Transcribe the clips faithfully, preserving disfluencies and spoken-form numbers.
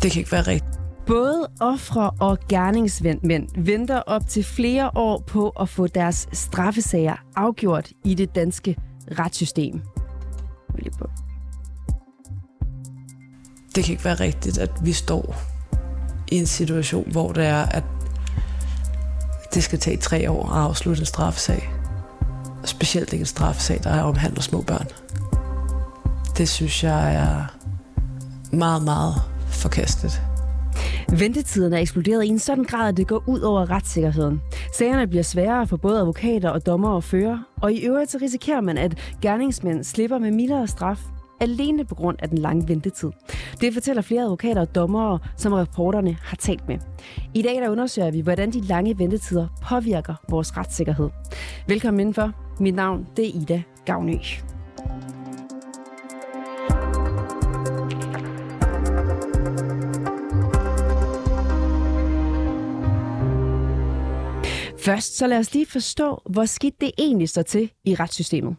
Det kan ikke være rigtigt. Både ofre og gerningsmænd venter op til flere år på at få deres straffesager afgjort i det danske retssystem. Det kan ikke være rigtigt, at vi står i en situation, hvor det er, at det skal tage tre år at afslutte en straffesag. Specielt ikke en straffesag, der omhandler små børn. Det synes jeg er meget, meget forkasteligt. Ventetiden er eksploderet i en sådan grad, at det går ud over retssikkerheden. Sagerne bliver sværere for både advokater og dommere at føre, og i øvrigt så risikerer man, at gerningsmænd slipper med mildere straf, alene på grund af den lange ventetid. Det fortæller flere advokater og dommere, som reporterne har talt med. I dag der undersøger vi, hvordan de lange ventetider påvirker vores retssikkerhed. Velkommen indenfor. Mit navn det er Ida Gavnø. Først så lad os lige forstå, hvor skidt det egentlig står til i retssystemet.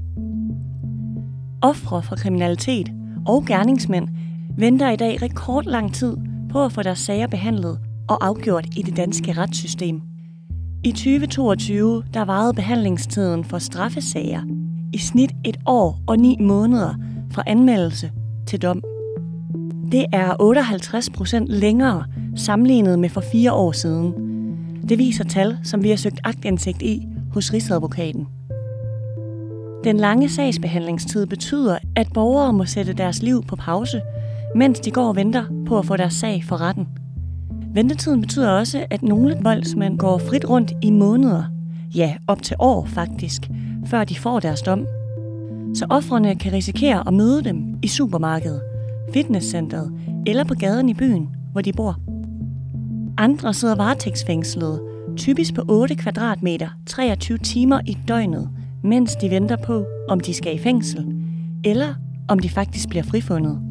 Ofre for kriminalitet og gerningsmænd venter i dag rekordlang tid på at få deres sager behandlet og afgjort i det danske retssystem. I tyve toogtyve der varede behandlingstiden for straffesager i snit et år og ni måneder fra anmeldelse til dom. Det er otteoghalvtreds procent længere sammenlignet med for fire år siden. Det viser tal, som vi har søgt aktindsigt i hos Rigsadvokaten. Den lange sagsbehandlingstid betyder, at borgere må sætte deres liv på pause, mens de går og venter på at få deres sag for retten. Ventetiden betyder også, at nogle voldsmænd går frit rundt i måneder, ja op til år faktisk, før de får deres dom. Så ofrene kan risikere at møde dem i supermarkedet, fitnesscenteret eller på gaden i byen, hvor de bor. Andre sidder varetægtsfængslede, typisk på otte kvadratmeter, treogtyve timer i døgnet, mens de venter på, om de skal i fængsel, eller om de faktisk bliver frifundet.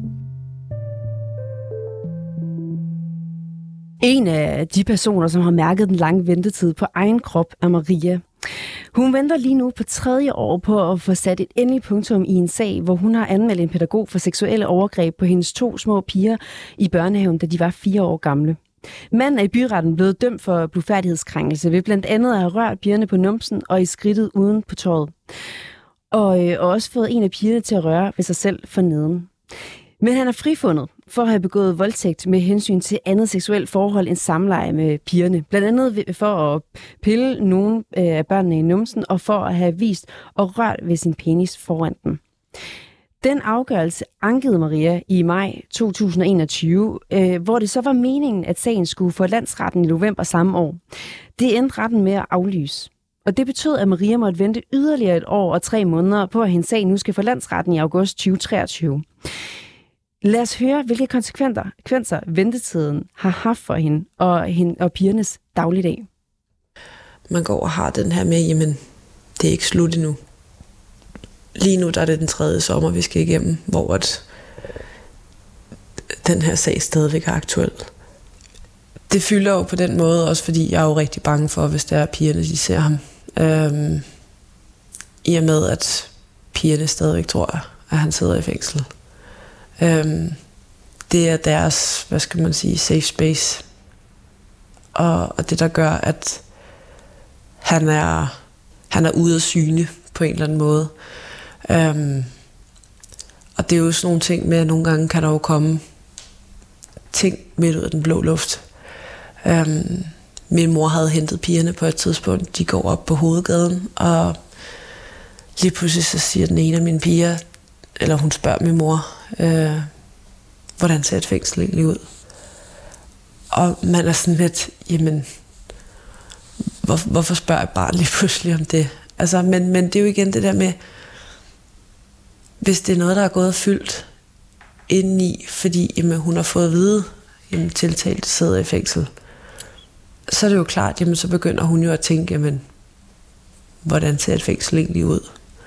En af de personer, som har mærket den lange ventetid på egen krop, er Maria. Hun venter lige nu på tredje år på at få sat et endeligt punktum i en sag, hvor hun har anmeldt en pædagog for seksuelle overgreb på hendes to små piger i børnehaven, da de var fire år gamle. Manden er i byretten blevet dømt for blufærdighedskrænkelse ved blandt andet at have rørt pigerne på numsen og i skridtet uden på tøjet. Og, øh, og også fået en af pigerne til at røre ved sig selv forneden. Men han er frifundet for at have begået voldtægt med hensyn til andet seksuelt forhold end samleje med pigerne. Blandt andet for at pille nogle af børnene i numsen og for at have vist og rørt ved sin penis foran dem. Den afgørelse ankede Maria i maj to tusind og enogtyve, øh, hvor det så var meningen, at sagen skulle for landsretten i november samme år. Det endte retten med at aflyse. Og det betød, at Maria måtte vente yderligere et år og tre måneder på, at hendes sag nu skal for landsretten i august tyve treogtyve. Lad os høre, hvilke konsekvenser ventetiden har haft for hende og, hende og pigernes dagligdag. Man går og har den her med, jamen, det er ikke slut endnu. Lige nu der er det den tredje sommer, vi skal igennem, hvor at den her sag stadigvæk er aktuel. Det fylder jo på den måde, også fordi jeg er jo rigtig bange for, hvis det er pigerne, de ser ham. Øhm, I og med, at pigerne stadigvæk tror, at han sidder i fængsel. Øhm, det er deres, hvad skal man sige, safe space. Og, og det, der gør, at han er, han er ude af syne på en eller anden måde. Um, og det er jo sådan nogle ting med, at nogle gange kan der jo komme ting midt ud af den blå luft. Um, min mor havde hentet pigerne på et tidspunkt. De går op på hovedgaden, og lige pludselig så siger den ene af mine piger, eller hun spørger min mor, uh, hvordan ser et fængsel egentlig ud? Og man er sådan lidt, jamen, hvor, hvorfor spørger jeg bare lige pludselig om det? Altså, men, men det er jo igen det der med, hvis det er noget, der er gået fyldt indeni, fordi jamen, hun har fået at vide, at tiltalte sidder i fængsel, så er det jo klart, jamen, så begynder hun jo at tænke, jamen, hvordan ser et fængsel egentlig ud?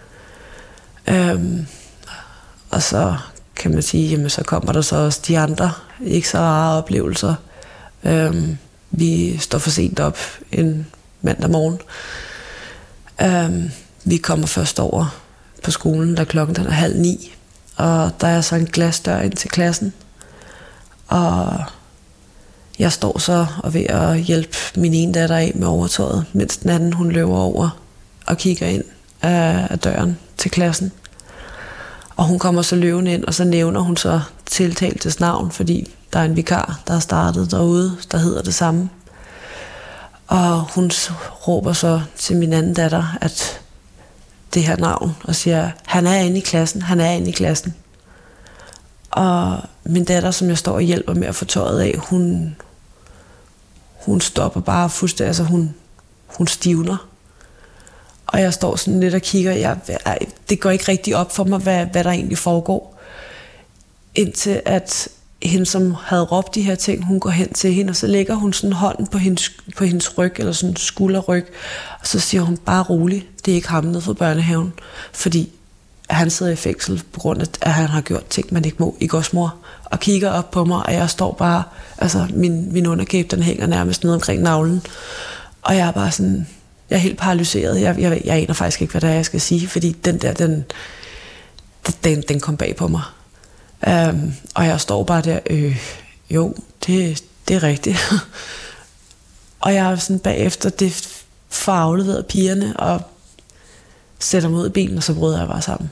Øhm, og så kan man sige, jamen, så kommer der så også de andre, ikke så rare oplevelser. Øhm, vi står for sent op en mandag morgen. Øhm, vi kommer først over på skolen, da klokken den er halv ni, og der er så en glasdør ind til klassen, Og jeg står så og ved at hjælpe min ene datter af med overtøjet, mens den anden hun løber over og kigger ind af, af døren til klassen. Og hun kommer så løbende ind, og så nævner hun så tiltaltes navn, fordi der er en vikar, der er startet derude, der hedder det samme. Og hun råber så til min anden datter, at det her navn, og siger, han er inde i klassen, han er inde i klassen. Og min datter, som jeg står og hjælper med at få tøjet af, hun, hun stopper bare fuldstændig, altså hun, hun stivner. Og jeg står sådan lidt og kigger, jeg, det går ikke rigtig op for mig, hvad, hvad der egentlig foregår. Indtil at hende, som havde råbt de her ting, hun går hen til hende, og så lægger hun sådan hånden på hendes, på hendes ryg, eller sådan skulderryg, og så siger hun, bare rolig, det er ikke ham nede fra børnehaven, fordi han sidder i fængsel på grund af, at han har gjort ting, man ikke må, ikke også mor, og kigger op på mig, og jeg står bare, altså min, min underkæbe, den hænger nærmest ned omkring navlen, og jeg er bare sådan, jeg er helt paralyseret, jeg, jeg, jeg aner faktisk ikke, hvad det er, jeg skal sige, fordi den der, den, den, den kom bag på mig. Um, og jeg står bare der, øh, jo, det, det er rigtigt. Og jeg er sådan bagefter, det får afleveret pigerne, og sætter mig ud i bilen, og så bryder jeg bare sammen.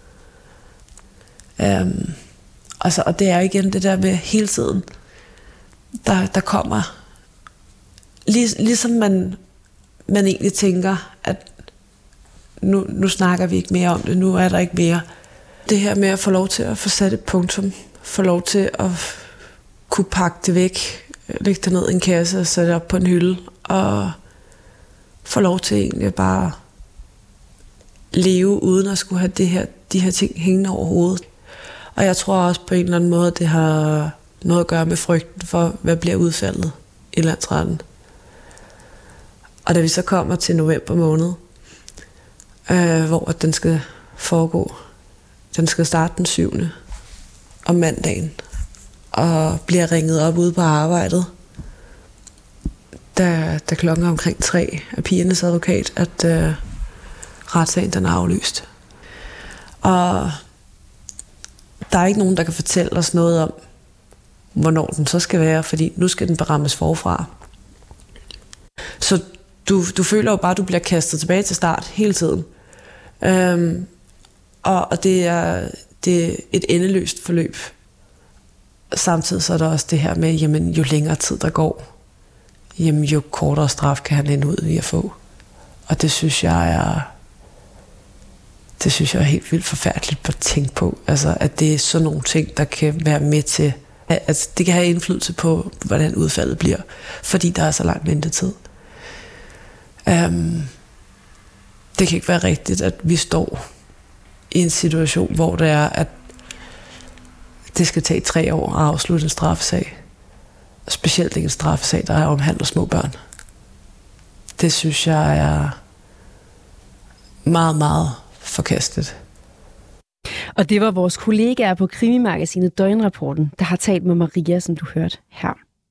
Um, altså, og det er igen det der med hele tiden, der, der kommer, lig, ligesom man, man egentlig tænker, at nu, nu snakker vi ikke mere om det, nu er der ikke mere. Det her med at få lov til at få sat et punktum, få lov til at kunne pakke det væk, lægge det ned i en kasse og sætte det op på en hylde, og få lov til egentlig bare leve uden at skulle have det her, de her ting hængende over hovedet. Og jeg tror også på en eller anden måde, at det har noget at gøre med frygten for, hvad bliver udfaldet i landsretten. Og da vi så kommer til november måned, øh, hvor den skal foregå, den skal starte den syvende om mandagen, og bliver ringet op ude på arbejdet, da, da klokken er omkring tre af pigernes advokat, at øh, retssagen den er aflyst. Og der er ikke nogen, der kan fortælle os noget om, hvornår den så skal være, fordi nu skal den berammes forfra. Så du, du føler jo bare, at du bliver kastet tilbage til start hele tiden. Øhm, og, og det er, det er et endeløst forløb. Samtidig så er der også det her med, jamen jo længere tid der går, jamen jo kortere straf kan han ende ud i at få. Og det synes jeg er, det synes jeg er helt vildt forfærdeligt at tænke på. Altså at det er sådan nogle ting, der kan være med til, at altså, det kan have indflydelse på, hvordan udfaldet bliver, fordi der er så lang ventetid. Um, det kan ikke være rigtigt, at vi står i en situation, hvor det er, at det skal tage tre år at afslutte en straffesag. Specielt ikke en straffesag, der omhandler små børn. Det synes jeg er meget, meget forkasteligt. Og det var vores kollegaer på Krimimagasinet Døgnrapporten, der har talt med Maria, som du hørte her.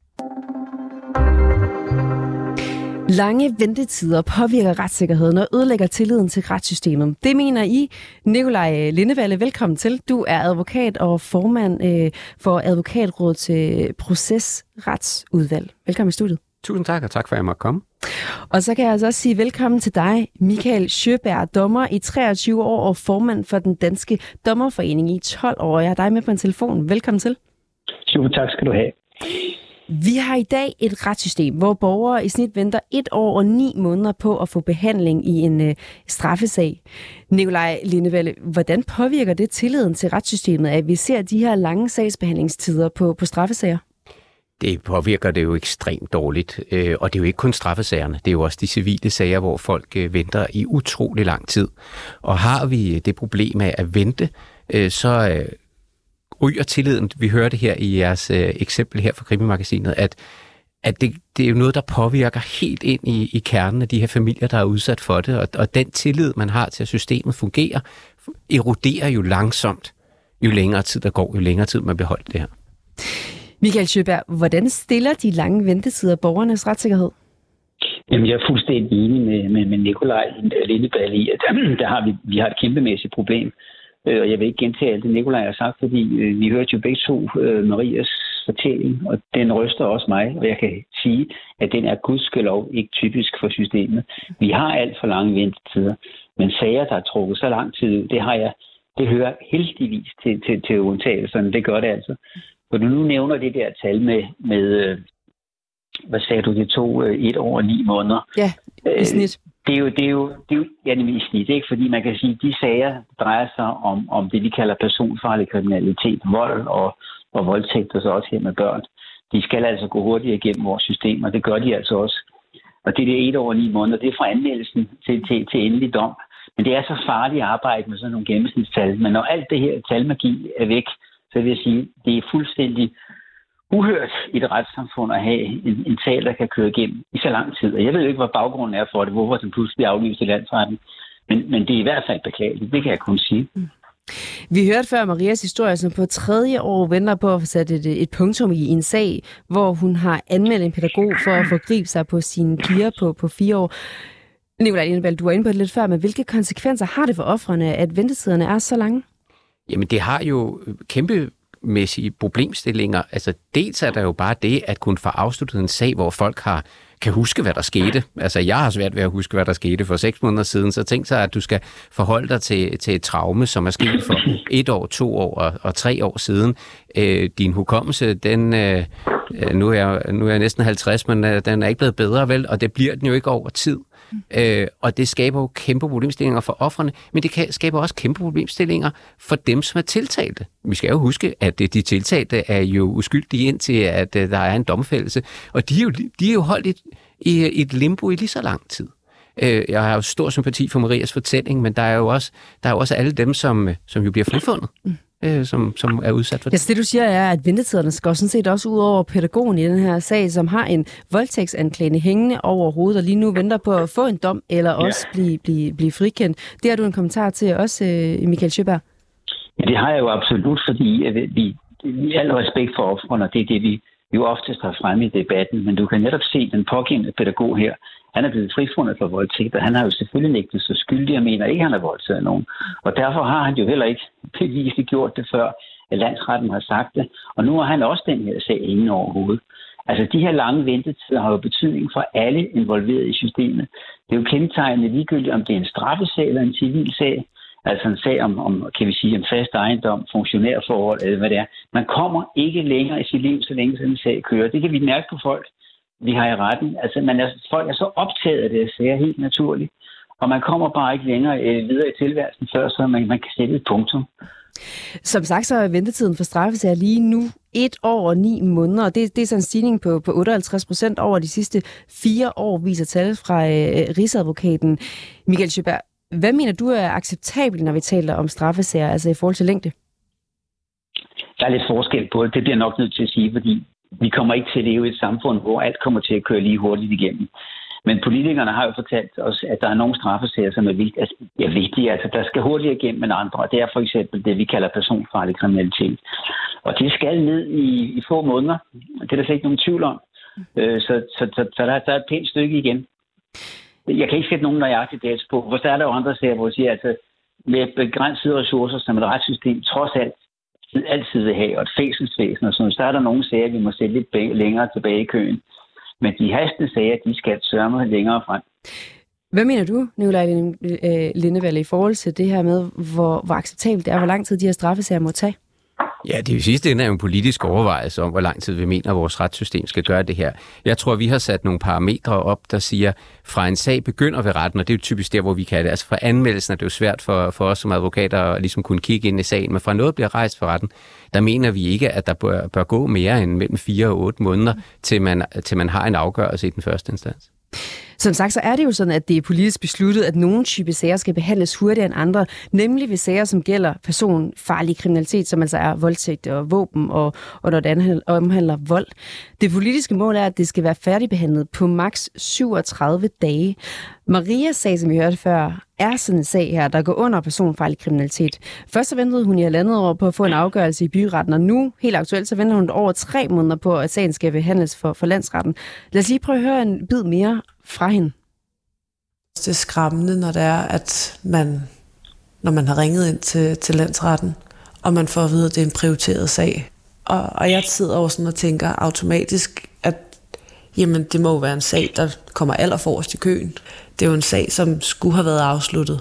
Lange ventetider påvirker retssikkerheden og ødelægger tilliden til retssystemet. Det mener I. Nikolaj Lindeballe, velkommen til. Du er advokat og formand øh, for Advokatrådet til Procesretsudvalg. Velkommen i studiet. Tusind tak, og tak for, at jeg måtte komme. Og så kan jeg altså også sige velkommen til dig, Michael Sjøberg, dommer i treogtyve år og formand for den danske dommerforening i tolv år. Jeg har dig med på en telefon. Velkommen til. Super, tak skal du have. Vi har i dag et retssystem, hvor borgere i snit venter et år og ni måneder på at få behandling i en øh, straffesag. Nikolaj Lindeballe, hvordan påvirker det tilliden til retssystemet, at vi ser de her lange sagsbehandlingstider på, på straffesager? Det påvirker det jo ekstremt dårligt, øh, og det er jo ikke kun straffesagerne. Det er jo også de civile sager, hvor folk øh, venter i utrolig lang tid. Og har vi det problem af at vente, øh, så øh, ryger tilliden. Vi hørte her i jeres øh, eksempel her fra Krimimagasinet, at, at det, det er jo noget, der påvirker helt ind i, i kernen af de her familier, der er udsat for det. Og, og den tillid, man har til, at systemet fungerer, eroderer jo langsomt, jo længere tid der går, jo længere tid man beholder det her. Michael Sjøberg, hvordan stiller de lange ventetider borgernes retssikkerhed? Jamen, jeg er fuldstændig enig med, med, med Nikolaj Lindeballe i, at der har vi, vi har et kæmpemæssigt problem. Og jeg vil ikke gentage alt det, Nikolaj har sagt, fordi vi hørte jo begge to uh, Marias fortælling, og den ryster også mig, og jeg kan sige, at den er gudskelov ikke typisk for systemet. Vi har alt for lange ventetider, men sager, der er trukket så lang tid ud, det har jeg, det hører heldigvis til, til, til undtagelserne, det gør det altså. For du nu nævner det der tal med, med hvad sagde du, det tog et år og ni måneder. Ja, i snit. Det er jo, det er jo, det er jo ja, nemlig i snit, ikke? Fordi man kan sige, at de sager drejer sig om, om det, vi kalder personfarlig kriminalitet, vold og, og voldtægt, og så også her med børn. De skal altså gå hurtigere igennem vores system, og det gør de altså også. Og det er det et år og ni måneder, det er fra anmeldelsen til, til, til endelig dom. Men det er så farligt at arbejde med sådan nogle gennemsnitstal. Men når alt det her talmagi er væk, så vil jeg sige, det er fuldstændig uhørt i et retssamfund at have en, en sag, der kan køre igennem i så lang tid. Og jeg ved jo ikke, hvad baggrunden er for det, hvorfor den pludselig aflyst i landsretten. Men, men det er i hvert fald beklageligt, det kan jeg kun sige. Mm. Vi hørte før Marias historie, som på tredje år venter på at få sat et, et punktum i en sag, hvor hun har anmeldt en pædagog for at forgribe sig på sine piger på, på fire år. Nikolaj Lindebæl, du var inde på det lidt før, men hvilke konsekvenser har det for ofrene, at ventetiderne er så lange? Jamen, det har jo kæmpe mæssige problemstillinger. Altså, dels er der jo bare det, at kunne få afsluttet en sag, hvor folk har, kan huske, hvad der skete. Altså, jeg har svært ved at huske, hvad der skete for seks måneder siden, så tænk sig, at du skal forholde dig til, til et traume, som er sket for et år, to år og, og tre år siden. Øh, din hukommelse, den, øh, nu, er jeg, nu er jeg næsten halvtreds, men øh, den er ikke blevet bedre, vel? Og det bliver den jo ikke over tid. Øh, og det skaber jo kæmpe problemstillinger for ofrene, men det kan, skaber også kæmpe problemstillinger for dem, som er tiltalte. Vi skal jo huske, at de tiltalte er jo uskyldige indtil, at der er en domfældelse, og de er jo, de er jo holdt i, i et limbo i lige så lang tid. Øh, jeg har jo stor sympati for Marias fortælling, men der er jo også, der er jo også alle dem, som, som jo bliver frifundet. Øh, som, som er udsat for det. Ja, så det du siger er, at ventetiderne skal sådan set også ud over pædagogen i den her sag, som har en voldtægtsanklagende hængende over hovedet, og lige nu venter på at få en dom, eller også ja. blive, blive, blive frikendt. Det har du en kommentar til også, Michael Sjöberg? Ja, det har jeg jo absolut, fordi at vi, vi al respekt for ofrene, det er det, vi jo oftest har fremme i debatten, men du kan netop se den pågældende pædagog her. Han er blevet frifundet for voldtægt, og han har jo selvfølgelig nægtet sig skyldig og mener ikke, at han har voldtaget nogen. Og derfor har han jo heller ikke bevisligt gjort det før, at landsretten har sagt det. Og nu har han også den her sag ingen overhovedet. Altså de her lange ventetider har jo betydning for alle involveret i systemet. Det er jo kendetegnende ligegyldigt, om det er en straffesag eller en civil sag. Altså en sag om, om, kan vi sige, en fast ejendom, funktionærforhold, eller hvad det er. Man kommer ikke længere i sit liv, så længe sådan en sag kører. Det kan vi mærke på folk, vi har i retten. Altså man er, folk er så optaget af det, at sager helt naturligt. Og man kommer bare ikke længere øh, videre i tilværelsen før, så man, man kan sætte et punktum. Som sagt, så er ventetiden for straffesager lige nu et år og ni måneder. Det, det er sådan en stigning på, på otteoghalvtreds procent over de sidste fire år, viser tal fra øh, Rigsadvokaten. Michael Sjöberg, hvad mener du er acceptabelt, når vi taler om straffesager, altså i forhold til længde? Der er lidt forskel på det. Det bliver nok nødt til at sige, fordi vi kommer ikke til at leve i et samfund, hvor alt kommer til at køre lige hurtigt igennem. Men politikerne har jo fortalt os, at der er nogle straffesager, som er vigtige. Altså, ja, vigtige. Altså, der skal hurtigere igennem end andre, og det er for eksempel det, vi kalder personfarlig kriminalitet. Og det skal ned i, i få måneder. Det er der slet ikke nogen tvivl om. Øh, så så, så, så der, der er et pænt stykke igen. Jeg kan ikke sætte nogen nøjagtigt dato på, for så er der jo andre sager, hvor jeg siger, altså med begrænsede ressourcer, som et retssystem trods alt altid vil have, og et fængselsvæsen og sådan, så er der nogle sager, vi må sætte lidt længere tilbage i køen. Men de hastende sager, de skal sørme længere frem. Hvad mener du, Nikolaj Lindebæl, i forhold til det her med, hvor, hvor acceptabelt det er, hvor lang tid de her straffesager må tage? Ja, det er jo sidste ende er jo en politisk overvejelse om, hvor lang tid vi mener, at vores retssystem skal gøre det her. Jeg tror, vi har sat nogle parametre op, der siger, fra en sag begynder ved retten, og det er jo typisk der, hvor vi kan det. Altså fra anmeldelsen er det jo svært for, for os som advokater at ligesom kunne kigge ind i sagen, men fra noget bliver rejst for retten, der mener vi ikke, at der bør, bør gå mere end mellem fire og otte måneder, til man, til man har en afgørelse i den første instans. Som sagt, så er det jo sådan, at det er politisk besluttet, at nogle type sager skal behandles hurtigere end andre, nemlig ved sager, som gælder personfarlig kriminalitet, som altså er voldtægt og våben, og, og når det omhandler vold. Det politiske mål er, at det skal være færdigbehandlet på maks syvogtredive dage. Marias sag, som vi hørte før, er sådan en sag her, der går under personfarlig kriminalitet. Først så ventede hun i halvandet år på at få en afgørelse i byretten, og nu, helt aktuelt, så venter hun over tre måneder på, at sagen skal behandles for, for landsretten. Lad os lige prøve at høre en bid mere fra hende. Det er skræmmende, når det er, at man, når man har ringet ind til, til landsretten, og man får at vide, at det er en prioriteret sag. Og, og jeg sidder over sådan og tænker automatisk, at jamen, det må jo være en sag, der kommer allerforrest i køen. Det er jo en sag, som skulle have været afsluttet.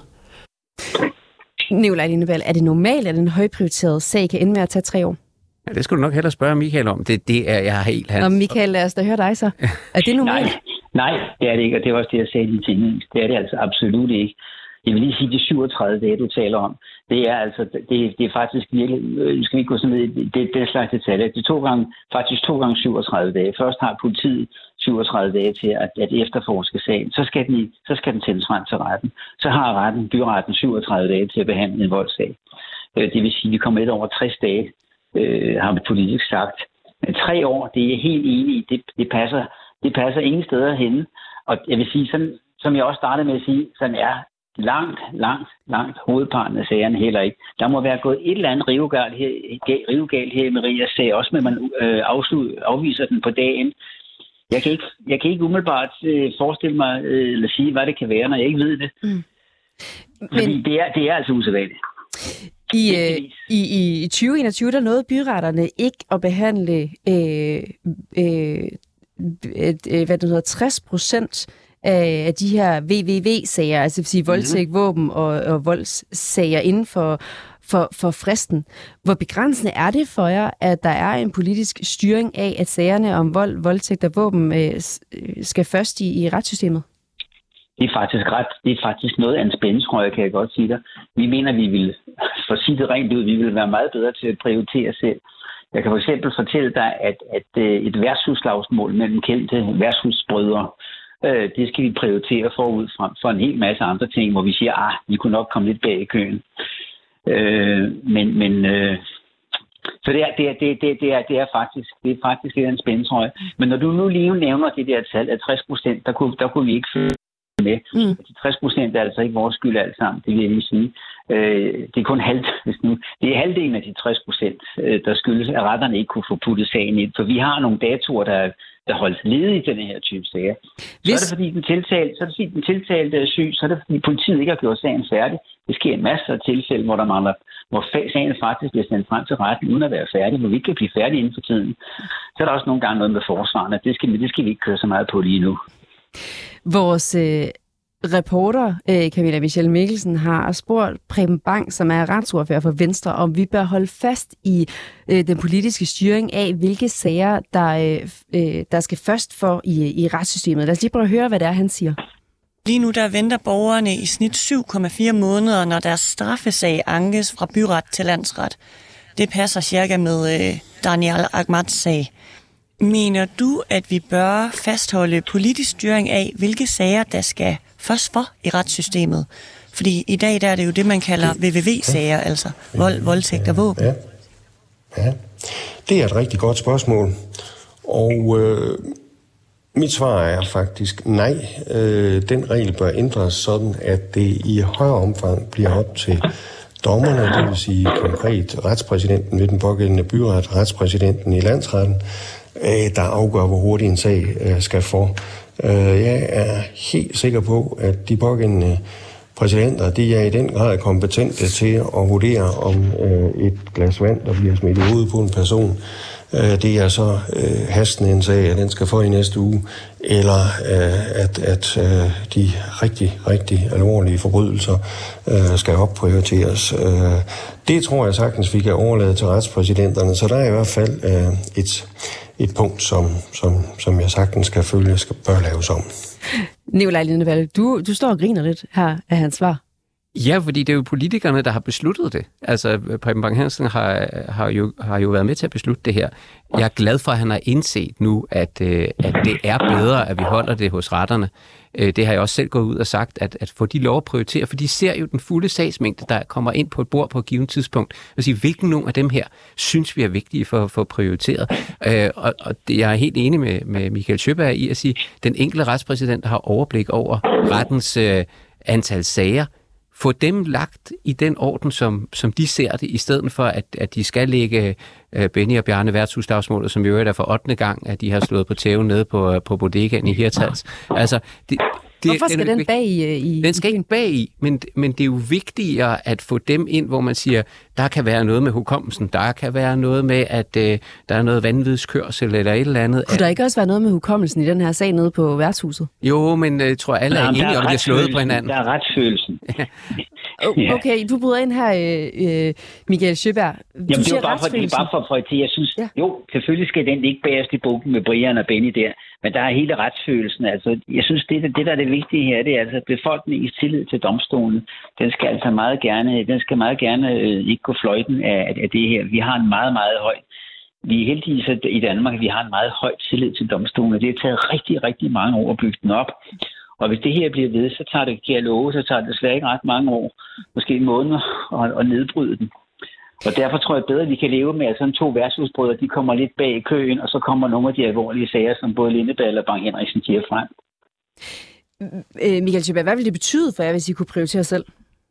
Nicolaj Lindevall, er det normalt, at en højprioriteret sag kan ende med at tage tre år? Ja, det skulle du nok hellere spørge Michael om. Det, det er jeg helt hans. Og Michael, lad os da høre dig så. Er det normalt? Nej, nej, det er det ikke, og det var også det, jeg sagde lige til hende. Det er det altså absolut ikke. Jeg vil lige sige, de syvogtredive dage, du taler om, det er altså, det, det er faktisk virkelig, nu skal vi ikke gå sådan ned, det er den slags detaljer. Det er to gange, faktisk to gange syvogtredive dage. Først har politiet syvogtredive dage til at, at efterforske sagen, så skal, den, så skal den sendes frem til retten. Så har retten, byretten syvogtredive dage til at behandle en voldssag. Det vil sige, at vi kommer lidt over tres dage, øh, har vi politisk sagt. Men tre år, det er helt enig i, det, det, passer, det passer ingen steder henne. Og jeg vil sige, sådan, som jeg også startede med at sige, sådan er langt, langt, langt hovedparten af sagerne heller ikke. Der må være gået et eller andet rivegalt her, rivegalt her i Marias sag, også med at man øh, afslut, afviser den på dagen. Jeg kan ikke, jeg kan ikke umiddelbart øh, forestille mig, øh, eller sige, hvad det kan være, når jeg ikke ved det. Mm. Fordi Men... det, er, det er altså usædvanligt. I, øh, i, i tyve enogtyve, der nåede byretterne ikke at behandle øh, øh, øh, hvad det hedder, tres procent af de her V V V-sager, altså vil sige voldtægt, mm-hmm. våben og, og voldssager inden for, for, for fristen. Hvor begrænsende er det for jer, at der er en politisk styring af, at sagerne om vold, voldtægt og våben øh, skal først i, i retssystemet? Det er faktisk ret. Det er faktisk noget af en spændetrøje, kan jeg godt sige dig. Vi mener, vi vil, for at sige det rent ud, vi vil være meget bedre til at prioritere selv. Jeg kan for eksempel fortælle dig, at, at et værtshusslagsmål mellem kendte værtshusbrødre, øh, det skal vi prioritere forud frem for en hel masse andre ting, hvor vi siger, ah, vi kunne nok komme lidt bag i køen. Øh, men men øh, så det er, det, er, det, er, det, er, det er faktisk det er faktisk lidt en spændetrøje. Men når du nu lige nævner det der tal af tres procent, der kunne, der kunne vi ikke følge med. Mm. De tres procent er altså ikke vores skyld alt sammen, det vil jeg lige sige. Øh, det er kun halv, hvis nu, det er halvdelen af de tres procent, øh, der skyldes, at retterne ikke kunne få puttet sagen ind. For vi har nogle datoer, der, der holdes ledige i denne her type sager. Hvis... Så er det fordi den tiltalte, så er det fordi den tiltalte er syg, så er det fordi politiet ikke har gjort sagen færdig. Det sker en masse af tilfælde, hvor der mangler, hvor sagen faktisk bliver sendt frem til retten uden at være færdig, hvor vi ikke kan blive færdige inden for tiden. Så er der også nogle gange noget med forsvarerne. Det skal, det skal vi ikke køre så meget på lige nu. Vores øh, reporter, øh, Camilla Michelle Mikkelsen, har spurgt Preben Bang, som er retsordfører for Venstre, om vi bør holde fast i øh, den politiske styring af, hvilke sager, der, øh, der skal først for i, i retssystemet. Lad os lige prøve at høre, hvad det er, han siger. Lige nu der venter borgerne i snit syv komma fire måneder, når deres straffesag ankes fra byret til landsret. Det passer cirka med øh, Daniel Ahmads sag. Mener du, at vi bør fastholde politisk styring af, hvilke sager, der skal først for i retssystemet? Fordi i dag der er det jo det, man kalder V V V-sager, altså vold, voldtægt og våben. Ja. Ja, det er et rigtig godt spørgsmål. Og øh, mit svar er faktisk nej. Øh, den regel bør ændres sådan, at det i højere omfang bliver op til dommerne, det vil sige konkret retspræsidenten ved den pågældende byret, retspræsidenten i landsretten, der afgør, hvor hurtigt en sag skal for. Jeg er helt sikker på, at de pågældende præsidenter, de er i den grad kompetente til at vurdere, om et glas vand, der bliver smidt i hovedet på en person, det er så hastende en sag, at den skal for i næste uge, eller at, at de rigtig, rigtig alvorlige forbrydelser skal opprioriteres. Det tror jeg sagtens, vi kan overlade til retspræsidenterne, så der er i hvert fald et, et punkt, som, som, som jeg sagtens skal følge, skal bør laves om. Nicolaj Lindevall, du, du står og griner lidt her af hans svar. Ja, fordi det er jo politikerne, der har besluttet det. Altså, Preben Bang Hansen har, har, jo, har jo været med til at beslutte det her. Jeg er glad for, at han har indset nu, at, at det er bedre, at vi holder det hos retterne. Det har jeg også selv gået ud og sagt, at, at få de lov at prioritere, for de ser jo den fulde sagsmængde, der kommer ind på et bord på et givet tidspunkt. Og sige, hvilken nogle af dem her synes vi er vigtige for at få prioriteret. Og, og det, jeg er helt enig med, med Michael Sjöberg i at sige, at den enkelte retspræsident har overblik over rettens øh, antal sager. Få dem lagt i den orden, som, som de ser det, i stedet for, at, at de skal lægge uh, Benny og Bjarne værtshusslagsmålet, som i øvrigt er for ottende gang, at de har slået på tæven nede på, på bodegaen i Hirtshals. Altså, det, Det, Hvorfor skal den, den bag i, i Den skal ikke bag i, men, men det er jo vigtigere at få dem ind, hvor man siger, der kan være noget med hukommelsen, der kan være noget med, at øh, der er noget vanvidskørsel eller et eller andet. Kunne der ikke også være noget med hukommelsen i den her sag nede på værtshuset? Jo, men jeg øh, tror, alle er enige om, at de er slået på hinanden. Der er retsfølelsen. Okay, du bryder ind her, øh, Michael Sjöberg. Du Jamen, det er bare for, det er bare for, for at jeg synes, ja. Jo, selvfølgelig skal den ikke bagerst i bunken med Brian og Benny der, men der er hele retsfølelsen. Altså, jeg synes, det, det der er det vigtige her, det er altså befolkningens tillid til domstolen. Den skal altså meget gerne, den skal meget gerne øh, ikke gå fløjten af, af det her. Vi har en meget, meget høj, vi er heldigvis i Danmark, vi har en meget høj tillid til domstolen, og det har taget rigtig, rigtig mange år at bygge den op. Og hvis det her bliver ved, så tager det, kan jeg love, så tager det slet ikke ret mange år, måske måneder, at, at nedbryde den. Og derfor tror jeg bedre, at vi kan leve med, at sådan to værtshusbrødre, de kommer lidt bag i køen, og så kommer nogle af de alvorlige sager, som både Lindeballe og Bang Henriksen giver frem. Michael Sjöberg, hvad vil det betyde for jer, hvis I kunne prioritere selv?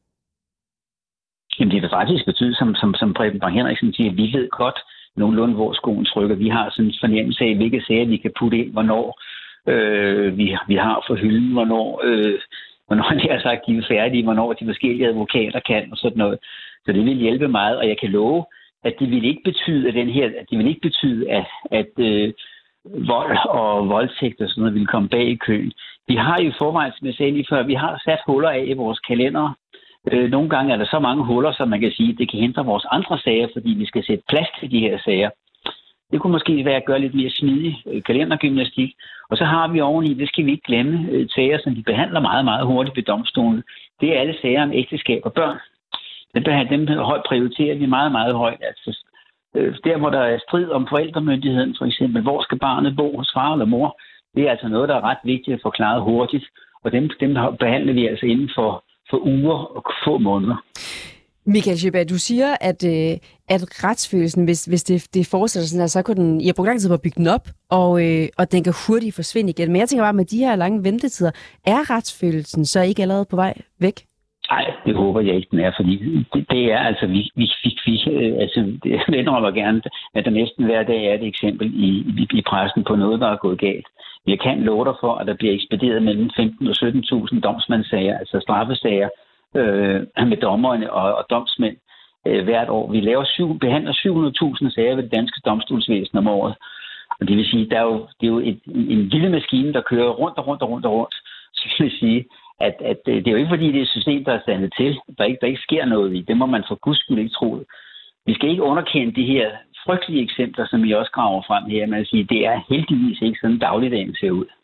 Jamen det vil faktisk betyde, som, som, som Preben Bang Henriksen siger, vi ved godt nogenlunde, hvor skoen trykker. Vi har sådan en fornemmelse af, hvilke sager vi kan putte ind, hvornår øh, vi, vi har for hylden, hvornår, øh, hvornår det er sagt, de er færdige, hvornår de forskellige advokater kan og sådan noget. Så det vil hjælpe meget, og jeg kan love, at det vil ikke betyde, at den her, at det vil ikke betyde, at, at øh, vold og voldtægt og sådan noget vil komme bag i køen. Vi har jo i forvejen, som jeg sagde lige før, vi har sat huller af i vores kalender. Øh, nogle gange er der så mange huller, som man kan sige, at det kan hindre vores andre sager, fordi vi skal sætte plads til de her sager. Det kunne måske være at gøre lidt mere smidig øh, kalendergymnastik. Og så har vi oveni, det skal vi ikke glemme, øh, sager, som de behandler meget, meget hurtigt ved domstolen. Det er alle sager om ægteskab og børn. Dem, dem højt prioriterer vi meget, meget højt. Altså, øh, der, hvor der er strid om forældremyndigheden, for eksempel, hvor skal barnet bo hos far eller mor, det er altså noget, der er ret vigtigt at få klaret hurtigt. Og dem, dem behandler vi altså inden for, for uger og få måneder. Michael Sjöberg, du siger, at, øh, at retsfølelsen, hvis, hvis det, det fortsætter sådan her, så kunne den, I har brugt lang tid på at bygge den op, og, øh, og den kan hurtigt forsvinde igen. Men jeg tænker bare, med de her lange ventetider, er retsfølelsen så ikke allerede på vej væk? Nej, det håber jeg ikke, den er, fordi det, det er altså, vi, vi, vi, vi altså, det indrømmer gerne, at der næsten hver dag er et eksempel i, i, i pressen på noget, der er gået galt. Jeg kan love dig for, at der bliver ekspederet mellem femten og sytten tusind domsmandssager, altså straffesager, øh, med dommerne og, og domsmænd øh, hvert år. Vi laver syv, behandler syv hundrede tusind sager ved det danske domstolsvæsen om året. Og det vil sige, der er jo, det er jo et, en lille maskine, der kører rundt og rundt og rundt og rundt, så vil jeg sige, At, at det er jo ikke fordi, det er et system, der er standet til. Der ikke, der ikke sker noget i. Det må man for guds skyld ikke tro. Vi skal ikke underkende de her frygtelige eksempler, som I også graver frem her. Man siger, det er heldigvis ikke sådan, dagligdagen ser ud.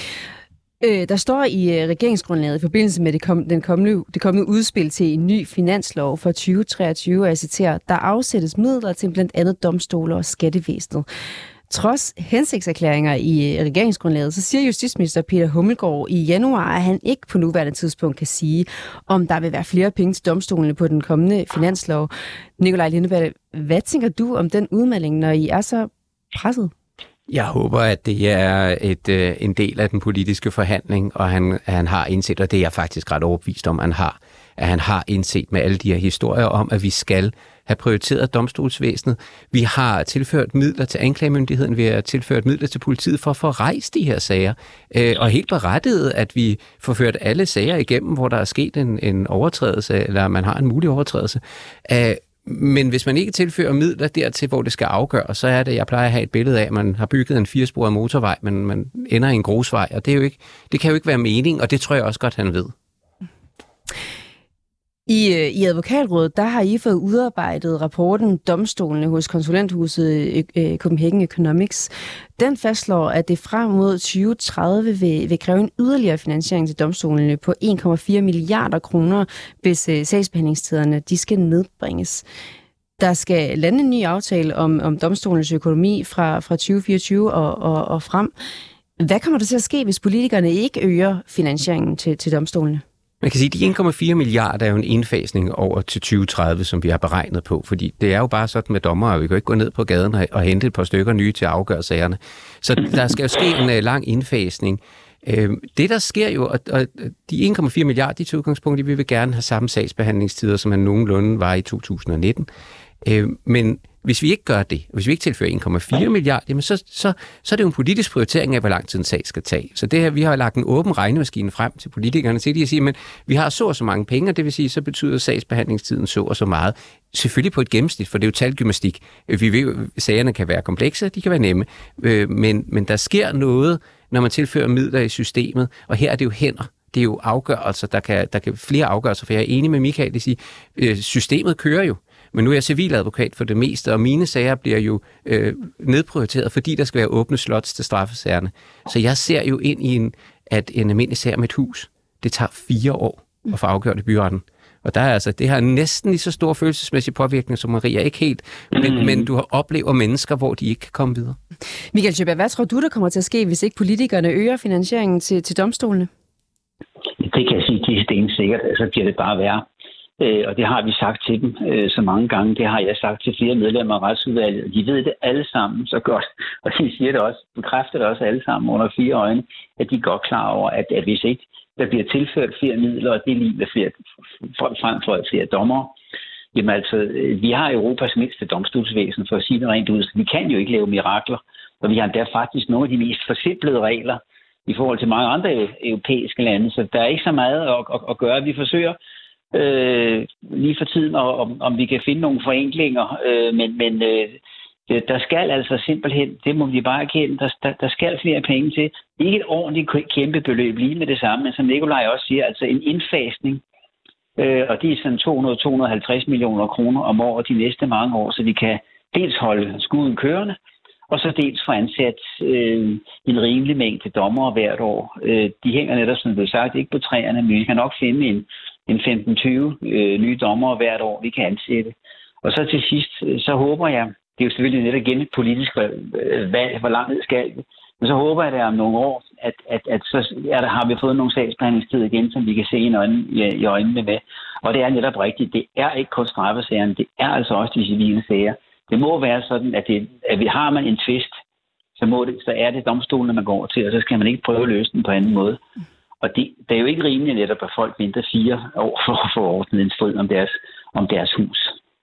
Øh, der står i uh, regeringsgrundlaget i forbindelse med det, kom, den kommende, det kommende udspil til en ny finanslov for tyve treogtyve, og jeg citerer, der afsættes midler til blandt andet domstole og skattevæsenet. Trods hensigtserklæringer i regeringsgrundlaget, så siger justitsminister Peter Hummelgaard i januar, at han ikke på nuværende tidspunkt kan sige, om der vil være flere penge til domstolene på den kommende finanslov. Nikolaj Lindeballe, hvad tænker du om den udmelding, når I er så presset? Jeg håber, at det er et, øh, en del af den politiske forhandling, og han, han har indset, og det er jeg faktisk ret overbevist om, at han har, at han har indset med alle de her historier om, at vi skal have prioriteret domstolsvæsenet. Vi har tilført midler til anklagemyndigheden, vi har tilført midler til politiet for at få rejst de her sager. Øh, og helt berettiget, at vi får ført alle sager igennem, hvor der er sket en, en overtrædelse, eller man har en mulig overtrædelse. Øh, men hvis man ikke tilfører midler dertil, hvor det skal afgøres, så er det, jeg plejer at have et billede af, at man har bygget en firesporet motorvej, men man ender i en grusvej, og det, er jo ikke, det kan jo ikke være mening, og det tror jeg også godt, han ved. I, I advokatrådet, der har I fået udarbejdet rapporten Domstolene hos konsulenthuset øh, Copenhagen Economics. Den fastslår, at det frem mod tyve tredive vil, vil kræve en yderligere finansiering til domstolene på en komma fire milliarder kroner, hvis øh, sagsbehandlingstiderne de skal nedbringes. Der skal lande en ny aftale om, om domstolenes økonomi fra, fra tyve fireogtyve og, og, og frem. Hvad kommer der til at ske, hvis politikerne ikke øger finansieringen til, til domstolene? Man kan sige, at de en komma fire milliarder er jo en indfasning over til tyve tredive, som vi har beregnet på, fordi det er jo bare sådan med dommere, og vi kan jo ikke gå ned på gaden og hente et par stykker nye til at afgøre sagerne. Så der skal jo ske en uh, lang indfasning. Uh, det, der sker jo, og, og de en komma fire milliarder, de til udgangspunkt, vi vil gerne have samme sagsbehandlingstider, som han nogenlunde var i to tusind og nitten. Uh, men Hvis vi ikke gør det, hvis vi ikke tilfører en komma fire milliarder, jamen så, så, så er det jo en politisk prioritering af, hvor lang tid en sag skal tage. Så det her, vi har lagt en åben regnemaskine frem til politikerne til, de siger, men vi har så og så mange penge, og det vil sige, så betyder sagsbehandlingstiden så og så meget. Selvfølgelig på et gennemsnit, for det er jo talgymnastik. Vi ved, at sagerne kan være komplekse, de kan være nemme, men, men der sker noget, når man tilfører midler i systemet, og her er det jo hænder. Det er jo afgørelser, der kan, der kan flere afgørelser, for jeg er enig med Michael, det siger, øh, systemet kører jo, men nu er jeg civiladvokat for det meste, og mine sager bliver jo øh, nedprioriteret, fordi der skal være åbne slots til straffesagerne. Så jeg ser jo ind i en, at en almindelig sag med et hus, det tager fire år at få afgjort i byretten. Og der er altså, det har næsten lige så stor følelsesmæssig påvirkning som Maria, ikke helt, men, mm. men du har oplevet mennesker, hvor de ikke kan komme videre. Michael Sjöberg, hvad tror du, der kommer til at ske, hvis ikke politikerne øger finansieringen til, til domstolene? Det kan jeg sige, det er stensikkert, så bliver det bare værre. Øh, og det har vi sagt til dem øh, så mange gange. Det har jeg sagt til flere medlemmer af retsudvalget. De ved det alle sammen så godt. Og de siger det også, bekræfter det også alle sammen under fire øjne, at de er godt klar over, at, at hvis ikke der bliver tilført flere midler, og det er lige med flere, frem for flere dommere, jamen altså, vi har Europas mindste domstolsvæsen, for at sige det rent ud. Så vi kan jo ikke lave mirakler. Og vi har endda faktisk nogle af de mest forsimplede regler i forhold til mange andre europæiske lande. Så der er ikke så meget at, at, at gøre. Vi forsøger øh, lige for tiden, om, om vi kan finde nogle forenklinger. Øh, men men øh, der skal altså simpelthen, det må vi bare erkende, der, der, der skal flere penge til. Ikke et ordentligt kæmpe beløb lige med det samme, men som Nikolaj også siger, altså en indfasning. Øh, og det er sådan to hundrede til to hundrede og halvtreds millioner kroner om året de næste mange år, så vi kan dels holde skuden kørende, og så dels få ansat øh, en rimelig mængde dommer hvert år. Øh, de hænger netop, som du har sagt, ikke på træerne, men vi kan nok finde en, en femten til tyve øh, nye dommer hvert år, vi kan ansætte. Og så til sidst, så håber jeg, det er jo selvfølgelig netop igen et politisk valg, hvor langt ned skal vi, men så håber jeg, at om nogle år, at, at, at så er der, har vi fået nogle sagsbehandlingstid igen, som vi kan se i øjnene, i, i øjnene med. Og det er netop rigtigt. Det er ikke kun straffesagerne, det er altså også de civile sager. Det må være sådan, at, det, at vi har man en tvist, så, må det, så er det domstolene, man går til, og så skal man ikke prøve at løse den på anden måde. Og det, det er jo ikke rimeligt netop, at folk venter fire år for at få ordnet en strid om deres, om deres hus.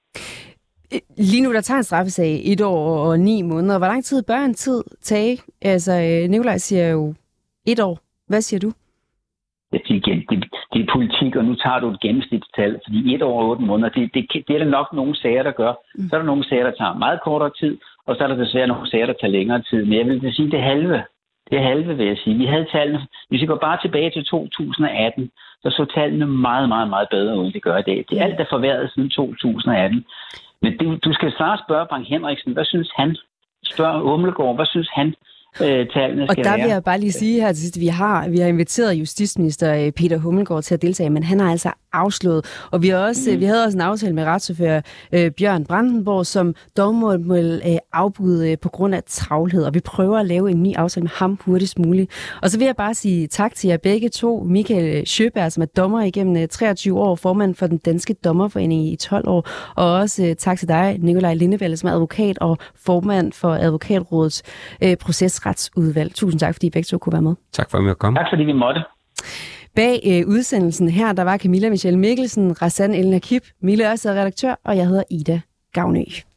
Lige nu, der tager en straffesag et år og ni måneder. Hvor lang tid bør en tid tage? Altså, Nikolaj siger jo et år. Hvad siger du? Ja, det, det, det er politik, og nu tager du et gennemsnitstal, fordi et år og otte måneder, det, det, det er der nok nogle sager, der gør. Så er der nogle sager, der tager meget kortere tid, og så er der desværre nogle sager, der tager længere tid. Men jeg vil sige, det halve. Det er halve, vil jeg sige. Vi havde tallene, hvis vi går bare tilbage til to tusind og atten, så så tallene meget, meget, meget bedre ud, end det gør i dag. Det er alt, der er forværret siden to tusind og atten. Men du, du skal snart spørge Bang Henriksen, hvad synes han? Spørg Ummelgaard, hvad synes han? Øh, tallene skal og der være. vil jeg bare lige sige her til sidst, vi har, vi har inviteret justitsminister Peter Hummelgaard til at deltage, men han har altså afslået. Og vi, har også, mm. vi havde også en aftale med retsordfører øh, Bjørn Brandenborg, som dog må, må øh, afbryde øh, på grund af travlhed, og vi prøver at lave en ny aftale med ham hurtigst muligt. Og så vil jeg bare sige tak til jer begge to. Michael Sjöberg, som er dommer igennem øh, treogtyve år, formand for den danske dommerforening i tolv år, og også øh, tak til dig, Nikolaj Lindevall, som er advokat og formand for Advokatrådets øh, procesretsudvalg. Tusind tak, fordi I begge to kunne være med. Tak for at vi måtte komme. Tak fordi vi måtte. Bag øh, udsendelsen her, der var Camilla Michelle Mikkelsen, Rassan El Nakib, Mille Ørsted redaktør, og jeg hedder Ida Gavnø.